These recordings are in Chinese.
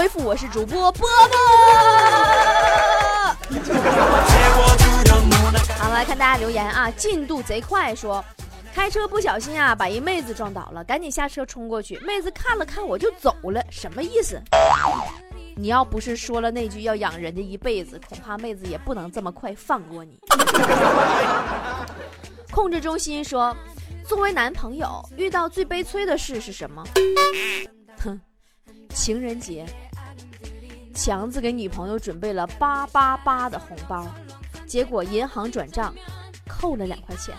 F， 我是主播波波。好，来看大家留言啊，进度贼快说，开车不小心啊，把一妹子撞倒了，赶紧下车冲过去，妹子看了看我就走了，什么意思？你要不是说了那句要养人家一辈子，恐怕妹子也不能这么快放过你。控制中心说，作为男朋友遇到最悲催的事是什么？哼，情人节，强子给女朋友准备了888的红包，结果银行转账扣了2块钱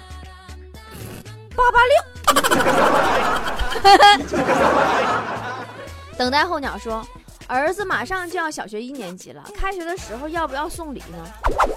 ，886。等待候鸟说，儿子马上就要小学1年级了，开学的时候要不要送礼呢？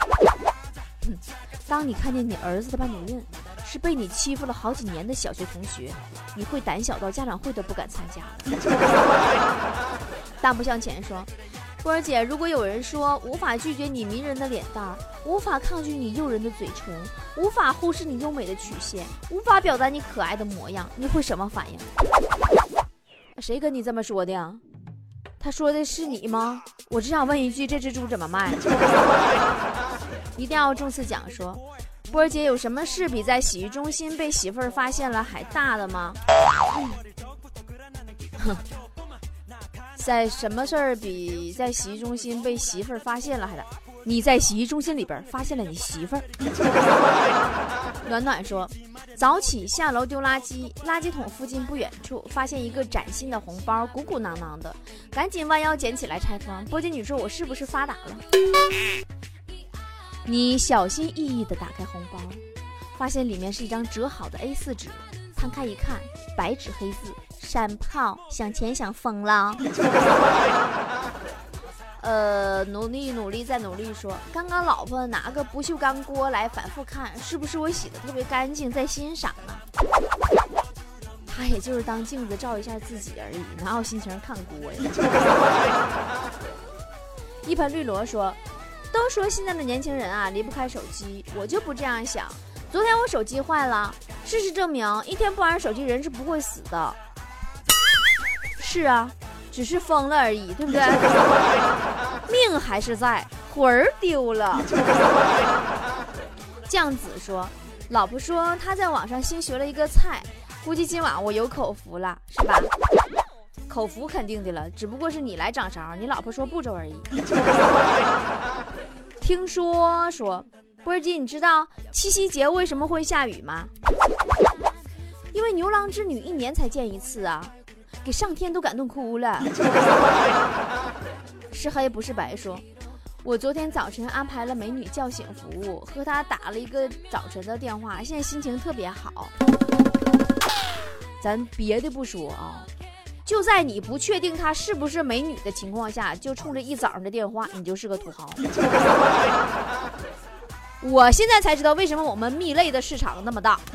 当你看见你儿子的班主任是被你欺负了好几年的小学同学，你会胆小到家长会都不敢参加的。大步向前说，波儿姐，如果有人说无法拒绝你迷人的脸蛋，无法抗拒你诱人的嘴唇，无法忽视你优美的曲线，无法表达你可爱的模样，你会什么反应？谁跟你这么说的呀？他说的是你吗？我只想问一句，这只猪怎么卖？一定要重视讲说，波儿姐有什么事比在洗浴中心被媳妇儿发现了还大的吗？在什么事儿比在洗浴中心被媳妇儿发现了还大？你在洗浴中心里边发现了你媳妇儿。暖暖说，早起下楼丢垃圾，垃圾桶附近不远处发现一个崭新的红包，鼓鼓囊囊的，赶紧弯腰捡起来拆封。波姐，你说我是不是发达了？你小心翼翼地打开红包，发现里面是一张折好的 A4 纸，摊开一看，白纸黑字，山炮，想钱想疯了。努力再努力说，刚刚老婆拿个不锈钢锅来反复看，是不是我洗的特别干净，在欣赏呢？他也就是当镜子照一下自己而已，哪有心情看锅呀？一盆绿萝说，都说现在的年轻人啊离不开手机，我就不这样想。昨天我手机坏了，事实证明一天不玩手机人是不会死的。是啊，只是疯了而已，对不对？命还是在，魂儿丢了。酱子说，老婆说她在网上新学了一个菜，估计今晚我有口福了，是吧？口福肯定的了，只不过是你来掌勺，你老婆说步骤而已。听说波儿姐，你知道七夕节为什么会下雨吗？因为牛郎织女1年才见一次啊，给上天都感动哭了。是黑不是白说，我昨天早晨安排了美女叫醒服务，和她打了一个早晨的电话，现在心情特别好。咱别的不说啊，就在你不确定她是不是美女的情况下，就冲着一早上的电话，你就是个土豪。我现在才知道为什么我们蜜类的市场那么大。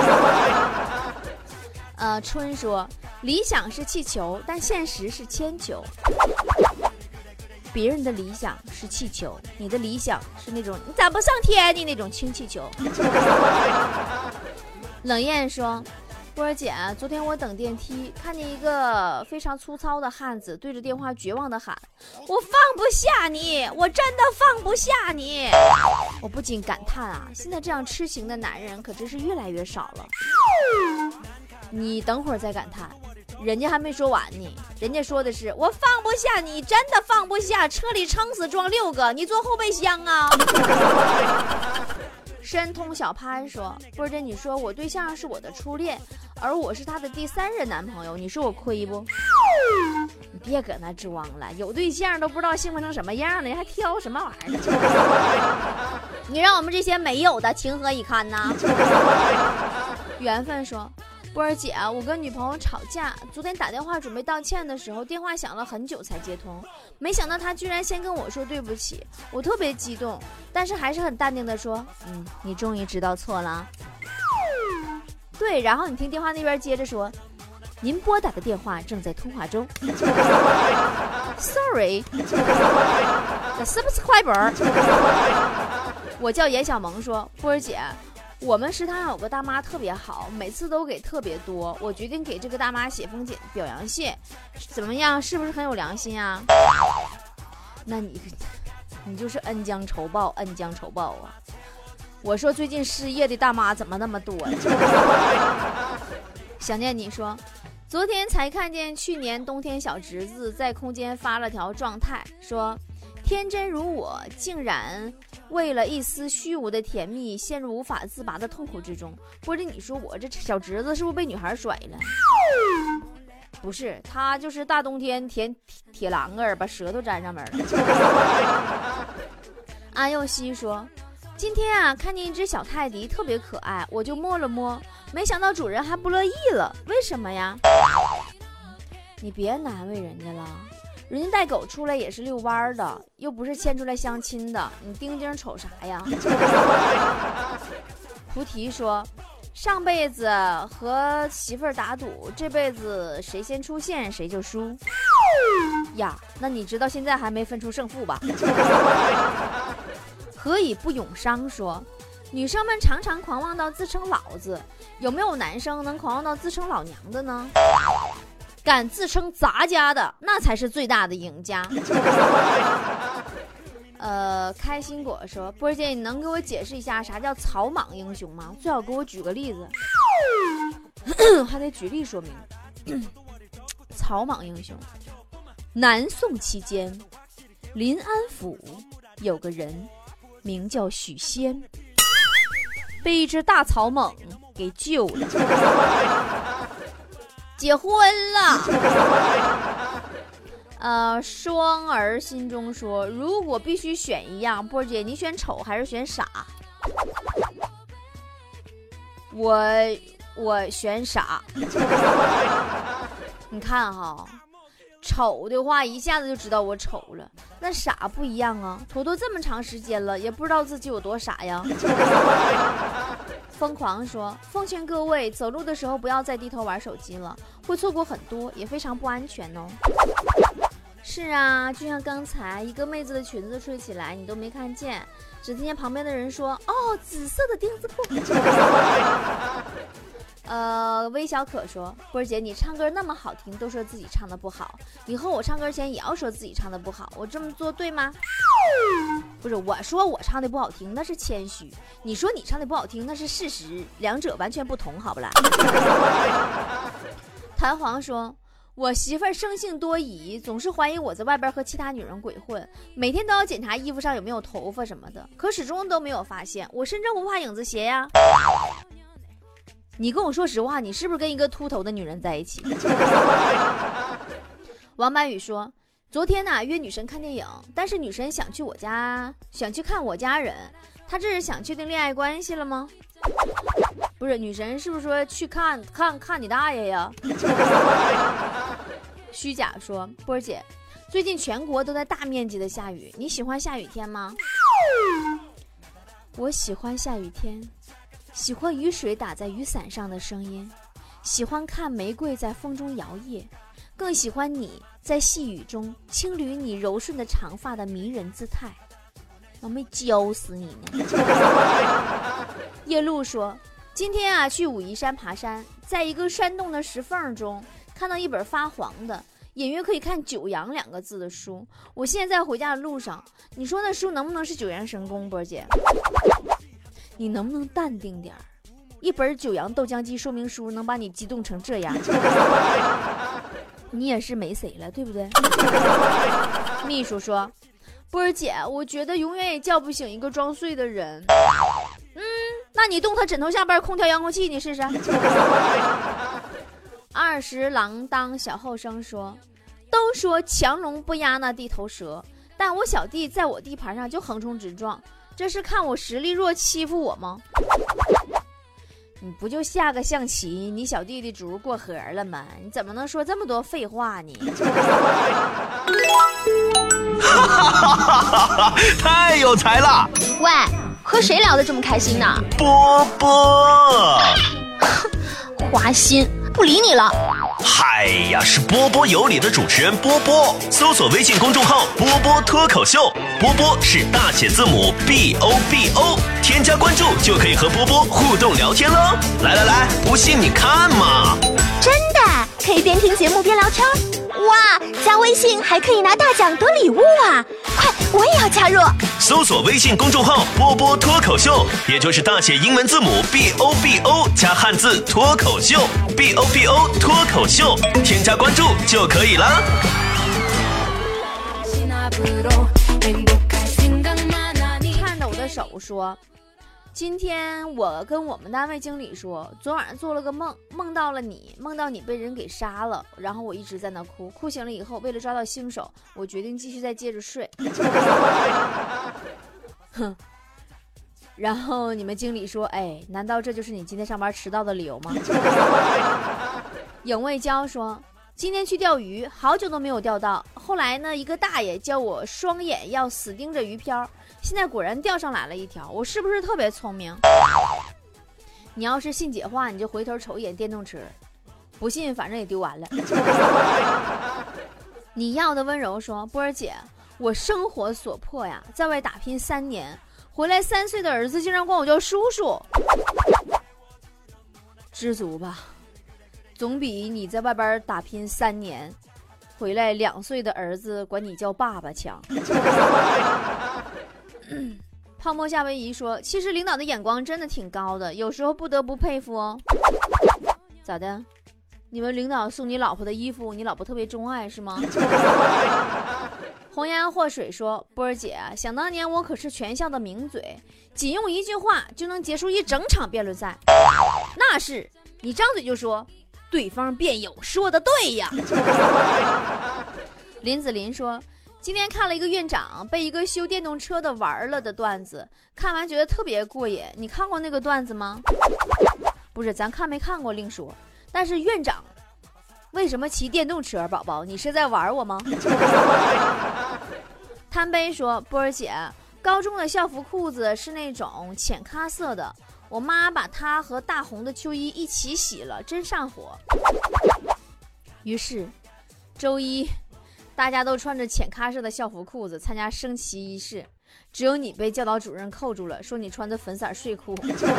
春说，理想是气球，但现实是铅球。别人的理想是气球，你的理想是那种你咋不上天的那种氢气球。冷艳说，波儿姐，昨天我等电梯，看见一个非常粗糙的汉子对着电话绝望地喊，我放不下你，我真的放不下你。我不禁感叹啊，现在这样痴情的男人可真是越来越少了。你等会儿再感叹，人家还没说完呢，人家说的是我放不下你，真的放不下，车里撑死装6个，你坐后备箱啊。申通小潘说，波儿姐，你说我对象是我的初恋，而我是他的第3任男朋友，你说我亏不？你别搁那装了，有对象都不知道幸福成什么样了，你还挑什么玩意儿？你让我们这些没有的情何以堪呢？缘分说，波儿姐，我跟女朋友吵架，昨天打电话准备道歉的时候，电话响了很久才接通，没想到她居然先跟我说对不起，我特别激动，但是还是很淡定的说，你终于知道错了。对，然后你听电话那边接着说，您拨打的电话正在通话中。Sorry， 这是不是快本？我叫严小萌说，波儿姐， 我们食堂有个大妈特别好，每次都给特别多，我决定给这个大妈写封表扬信，怎么样？是不是很有良心啊？那你就是恩将仇报，恩将仇报啊！我说最近失业的大妈怎么那么多呀？想念你说，昨天才看见去年冬天小侄子在空间发了条状态，说天真如我，竟然为了一丝虚无的甜蜜，陷入无法自拔的痛苦之中。或者你说我这小侄子是不是被女孩甩了？不是，他就是大冬天铁栏杆把舌头粘上面了。阿佑西说，今天啊看见一只小泰迪特别可爱，我就摸了摸，没想到主人还不乐意了，为什么呀？你别难为人家了，人家带狗出来也是遛弯的，又不是牵出来相亲的，你盯盯瞅啥呀？菩提说，上辈子和媳妇儿打赌，这辈子谁先出现谁就输呀。那你知道现在还没分出胜负吧？何以不永伤说，女生们常常狂妄到自称老子，有没有男生能狂妄到自称老娘的呢？敢自称杂家的，那才是最大的赢家。开心果说，波儿姐，你能给我解释一下啥叫草莽英雄吗？最好给我举个例子。还得举例说明。草莽英雄，南宋期间，临安府有个人名叫许仙，被一只大草蜢给救了，结婚了。双儿心中说，如果必须选一样，波姐你选丑还是选傻？我选傻。你看哈，丑的话一下子就知道我丑了，那傻不一样啊，头都这么长时间了，也不知道自己有多傻呀。疯狂说，奉劝各位走路的时候不要再低头玩手机了，会错过很多，也非常不安全哦。是啊，就像刚才一个妹子的裙子吹起来，你都没看见，只听见旁边的人说，哦，紫色的钉子裤。微小可说，波儿姐你唱歌那么好听，都说自己唱的不好，以后我唱歌前也要说自己唱的不好，我这么做对吗？不是，我说我唱的不好听那是谦虚，你说你唱的不好听那是事实，两者完全不同，好不啦？弹簧说，我媳妇儿生性多疑，总是怀疑我在外边和其他女人鬼混，每天都要检查衣服上有没有头发什么的，可始终都没有发现。我身正不怕影子斜呀。你跟我说实话，你是不是跟一个秃头的女人在一起？王白宇说，昨天呢约女神看电影，但是女神想去看我家人，她这是想确定恋爱关系了吗？不是，女神是不是说去看你大爷呀？虚假说，波儿姐，最近全国都在大面积的下雨，你喜欢下雨天吗？我喜欢下雨天，喜欢雨水打在雨伞上的声音，喜欢看玫瑰在风中摇曳，更喜欢你在细雨中轻捋你柔顺的长发的迷人姿态。我没教死你呢。叶露说，今天啊去武夷山爬山，在一个山洞的石缝中看到一本发黄的隐约可以看九阳2个字的书，我现在在回家的路上，你说那书能不能是九阳神功？波姐你能不能淡定点，一本九阳豆浆机说明书能把你激动成这样。你也是没谁了对不对？秘书说，波儿姐，我觉得永远也叫不醒一个装睡的人。那你动他枕头下边空调遥控器你试试。20郎当小后生说，都说强龙不压那地头蛇，但我小弟在我地盘上就横冲直撞，这是看我实力弱欺负我吗？你不就下个象棋，你小弟弟竹过河了吗？你怎么能说这么多废话呢？ 太有才了！ 喂，和谁聊得这么开心呢？ 波波， 花心， 不理你了。 嗨呀，是波波有理的主持人波波，搜索微信公众号波波脱口秀，波波是大写字母 BOBO， 添加关注就可以和波波互动聊天喽。来，不信你看嘛。 真的可以边听节目边聊天？哇，加微信还可以拿大奖得礼物啊！快，我也要加入。 搜索微信公众号波波脱口秀，也就是大写英文字母 BOBO 加汉字脱口秀 BOBO 脱口秀，添加关注就可以了。 看着我的手说，今天我跟我们单位经理说，昨晚上做了个梦，梦到你被人给杀了，然后我一直在那哭醒了以后，为了抓到凶手，我决定继续再接着睡。哼。然后你们经理说，哎，难道这就是你今天上班迟到的理由吗？影卫娇说，今天去钓鱼，好久都没有钓到，后来呢，一个大爷叫我双眼要死盯着鱼漂，现在果然钓上来了一条，我是不是特别聪明？你要是信姐话，你就回头瞅一眼电动车，不信反正也丢完了。你要的温柔说，波儿姐，我生活所迫呀，在外打拼3年，回来3岁的儿子竟然管我叫叔叔，知足吧，总比你在外边打拼3年，回来2岁的儿子管你叫爸爸强。泡沫夏威夷说，其实领导的眼光真的挺高的，有时候不得不佩服哦。咋的？你们领导送你老婆的衣服，你老婆特别钟爱是吗？红颜祸水说，波儿姐，想当年我可是全校的名嘴，仅用一句话就能结束一整场辩论赛。那是你张嘴就说对方辩友说的对呀。林子林说，今天看了一个院长被一个修电动车的玩了的段子，看完觉得特别过瘾。你看过那个段子吗？不是，咱看没看过另说，但是院长为什么骑电动车？宝宝，你是在玩我吗？贪杯说，波儿姐，高中的校服裤子是那种浅咖色的，我妈把它和大红的秋衣一起洗了，真上火。于是周一大家都穿着浅咖色的校服裤子参加升旗仪式，只有你被教导主任扣住了，说你穿的粉色睡裤。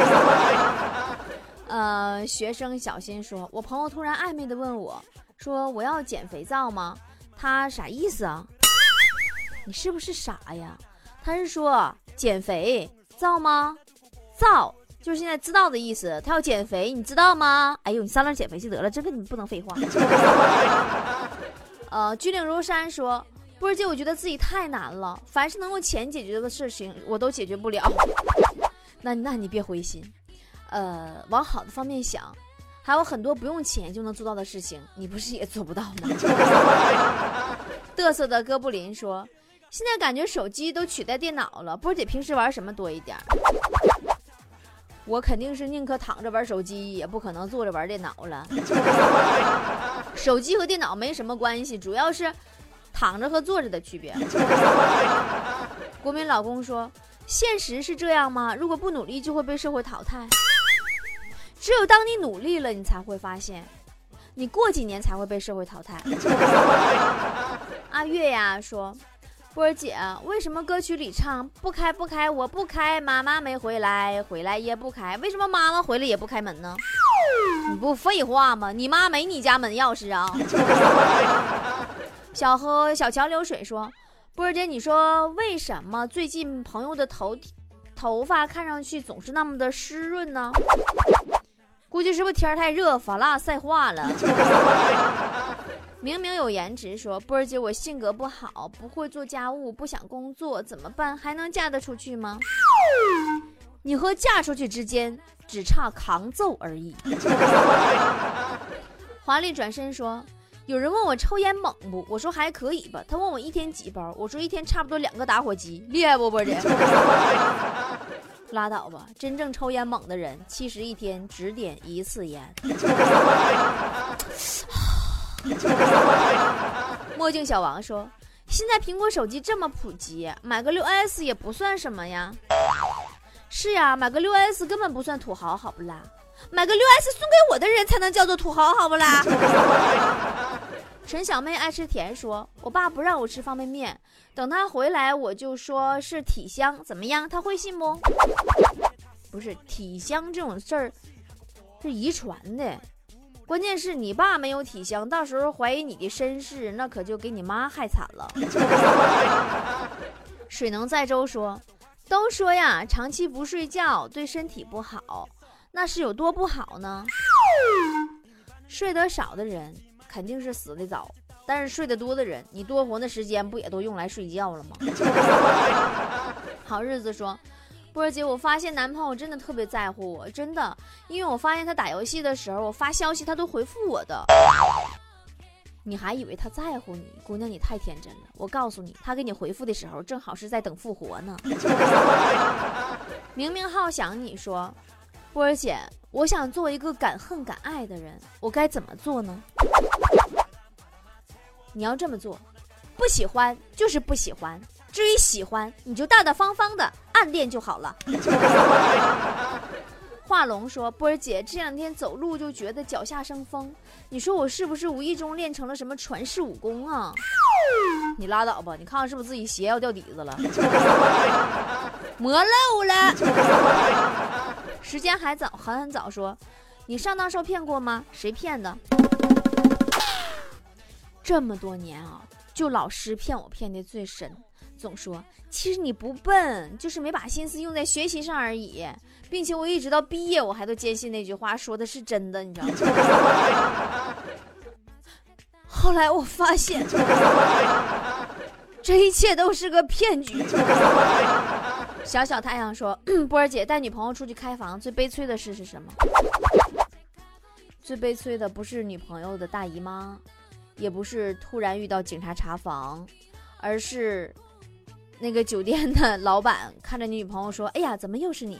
学生小新说，我朋友突然暧昧的问我说，我要减肥皂吗？他啥意思啊？你是不是傻呀？他是说减肥皂吗？皂就是现在知道的意思，他要减肥，你知道吗？哎呦，你商量减肥就得了，真跟你不能废话。居岭如山说，波儿姐，我觉得自己太难了，凡是能用钱解决的事情我都解决不了。那你别灰心，往好的方面想，还有很多不用钱就能做到的事情，你不是也做不到吗？嘚瑟的哥布林说，现在感觉手机都取代电脑了，波儿姐平时玩什么多一点？我肯定是宁可躺着玩手机，也不可能坐着玩电脑了。手机和电脑没什么关系，主要是躺着和坐着的区别。国民老公说，现实是这样吗？如果不努力就会被社会淘汰，只有当你努力了，你才会发现你过几年才会被社会淘汰。阿月呀说，波儿姐，为什么歌曲里唱不开不开我不开，妈妈没回来，回来也不开，为什么妈妈回来也不开门呢？你不废话吗？你妈没你家门钥匙啊。小桥流水说，波儿姐，你说为什么最近朋友的头发看上去总是那么的湿润呢？估计是不是天太热，发蜡晒化了。明明有颜值说，波儿姐，我性格不好，不会做家务，不想工作，怎么办？还能嫁得出去吗？你和嫁出去之间只差扛揍而已。华丽转身说，有人问我抽烟猛不，我说还可以吧。他问我一天几包，我说一天差不多2个打火机，厉害不波儿姐？拉倒吧，真正抽烟猛的人其实一天只点1次烟。墨镜小王说，现在苹果手机这么普及，买个 6S 也不算什么呀。是呀，买个 6S 根本不算土豪，好不啦？ 买个 6S 送给我的人才能叫做土豪，好不啦？陈小妹爱吃甜说，我爸不让我吃方便面，等他回来我就说是体香，怎么样？他会信不？不是，体香这种事儿是遗传的，关键是你爸没有体香，到时候怀疑你的身世，那可就给你妈害惨了。水能载舟说，都说呀，长期不睡觉对身体不好，那是有多不好呢？睡得少的人肯定是死得早，但是睡得多的人，你多活的时间不也都用来睡觉了吗？好日子说，波儿姐，我发现男朋友真的特别在乎我，真的，因为我发现他打游戏的时候，我发消息他都回复我的。你还以为他在乎你？姑娘，你太天真了。我告诉你，他给你回复的时候，正好是在等复活呢。明明好想你说，波儿姐，我想做一个敢恨敢爱的人，我该怎么做呢？你要这么做，不喜欢就是不喜欢，至于喜欢，你就大大方方的暗恋就好了。华龙说，波儿姐，这两天走路就觉得脚下生风，你说我是不是无意中练成了什么传世武功啊？你拉倒吧，你看看是不是自己鞋要掉底子了？磨漏了。时间还早，很早说，你上当受骗过吗？谁骗的？这么多年啊，就老师骗我骗的最深，总说其实你不笨，就是没把心思用在学习上而已，并且我一直到毕业我还都坚信那句话说的是真的，你知道吗？后来我发现这一切都是个骗局。小小太阳说，波儿姐，带女朋友出去开房，最悲催的事是什么？最悲催的不是女朋友的大姨妈，也不是突然遇到警察查房，而是那个酒店的老板看着女朋友说，哎呀，怎么又是你？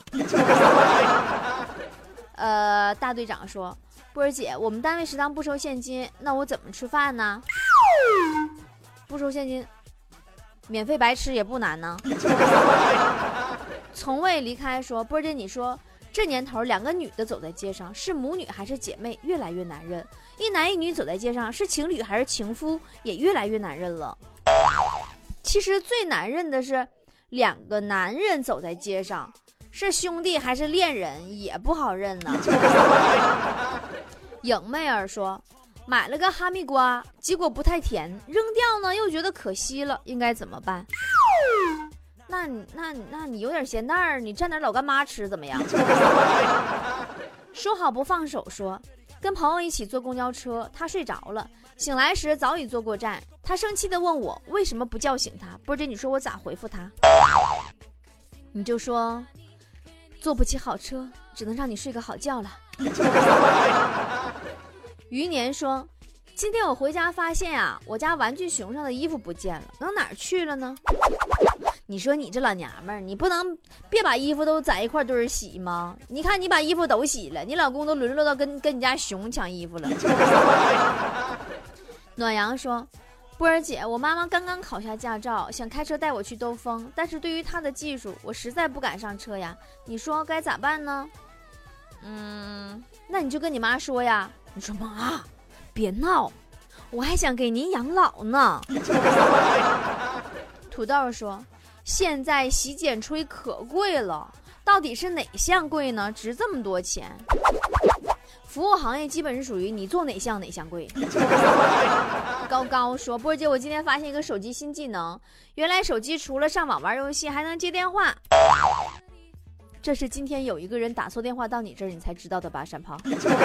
大队长说，波儿姐，我们单位食堂不收现金，那我怎么吃饭呢？不收现金，免费白吃也不难呢。从未离开说，波儿姐，你说这年头两个女的走在街上，是母女还是姐妹越来越难认，一男一女走在街上，是情侣还是情夫也越来越难认了。其实最难认的是两个男人走在街上，是兄弟还是恋人也不好认呢。影妹儿说，买了个哈密瓜，结果不太甜，扔掉呢又觉得可惜了，应该怎么办？那你有点咸淡儿，你蘸点老干妈吃怎么样？说好不放手说，跟朋友一起坐公交车，他睡着了，醒来时早已坐过站，他生气地问我为什么不叫醒他。波姐，你说我咋回复他？你就说坐不起好车，只能让你睡个好觉了。余年说，今天我回家发现啊，我家玩具熊上的衣服不见了，能哪儿去了呢？你说你这老娘们儿，你不能别把衣服都在一块堆儿洗吗？你看你把衣服都洗了，你老公都沦落到跟你家熊抢衣服了。暖阳说，波儿姐，我妈妈刚刚考下驾照，想开车带我去兜风，但是对于她的技术，我实在不敢上车呀，你说该咋办呢？那你就跟你妈说呀，你说妈，别闹，我还想给您养老呢。土豆说，现在洗剪吹可贵了，到底是哪项贵呢？值这么多钱？服务行业基本是属于你做哪项贵。高高说，波姐，我今天发现一个手机新技能，原来手机除了上网玩游戏还能接电话，这是今天有一个人打错电话到你这儿你才知道的吧，山炮。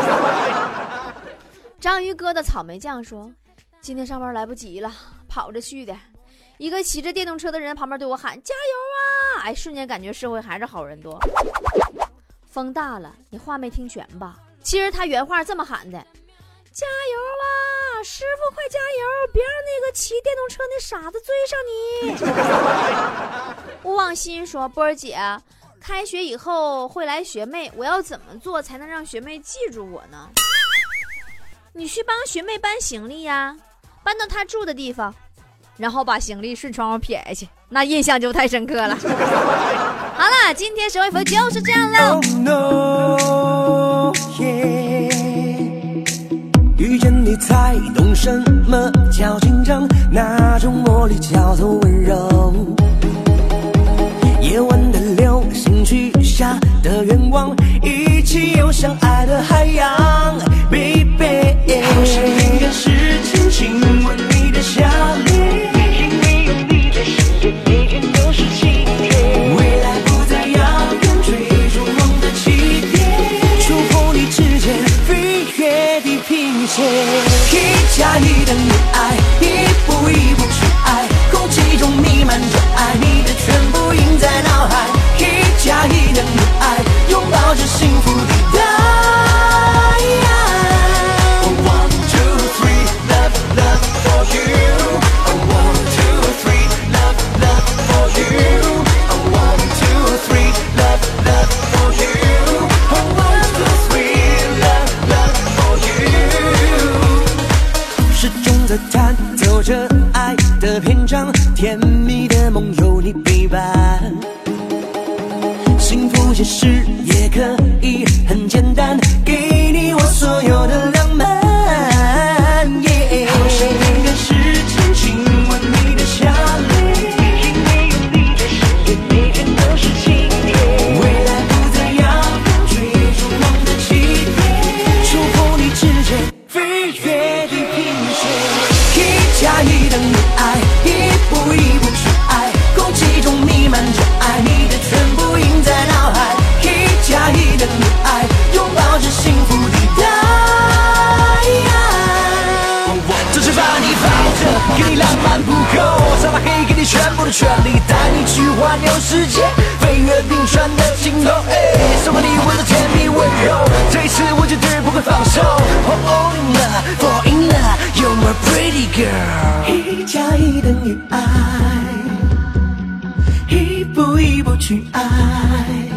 章鱼哥的草莓酱说，今天上班来不及了，跑着去的，一个骑着电动车的人旁边对我喊加油啊，哎，瞬间感觉社会还是好人多。风大了，你话没听全吧？其实他原话这么喊的，加油啊，师傅快加油，别让那个骑电动车那傻子追上你。勿忘心说，波儿姐，开学以后会来学妹，我要怎么做才能让学妹记住我呢？你去帮学妹搬行李呀，搬到她住的地方，然后把行李顺窗户撇下去，那印象就太深刻了。好了，今天神回复就是这样了。 较紧张，那种魔力叫做温柔。夜晚的流星许下的愿望，一起游向爱的海洋 ，baby。好想一个时间亲吻你的笑脸，因为有你在身边，每天都是晴天。未来不再遥远，追逐梦的起点，触碰你指尖，飞跃地平线。1+1等于爱，一步一步去爱，空气中弥漫着爱，你的全部印在脑海。1+1等于爱，拥抱着幸福地带。1, 2, 3, love, love for you. 1, 2, 3, love, love for you. 1, 2, 3, love, love for you. 1, 2, 3, love, love for you. 始终在弹奏着爱的篇章，甜蜜的梦有你陪伴。幸福其实也可以很简单，给你我所有的浪漫。好想每个时间亲吻你的笑脸，因为有你在身边，每天都是晴天。未来不再遥远，追逐梦的起点，触碰你指尖，飞跃地平线。1+1等于爱，一步一步去爱，空气中弥漫着爱，你的全部印在脑海。1+1等于爱，拥抱着幸福地带。就是把你抱着，给你浪漫不够，撒把黑，给你全部的权利，带你去环游世界，飞越冰川的尽头。送给你我的甜蜜温柔，这一次我绝对不会放手。All in love, fall in love, you're my pretty girl。1+1等于爱，一步一步去爱。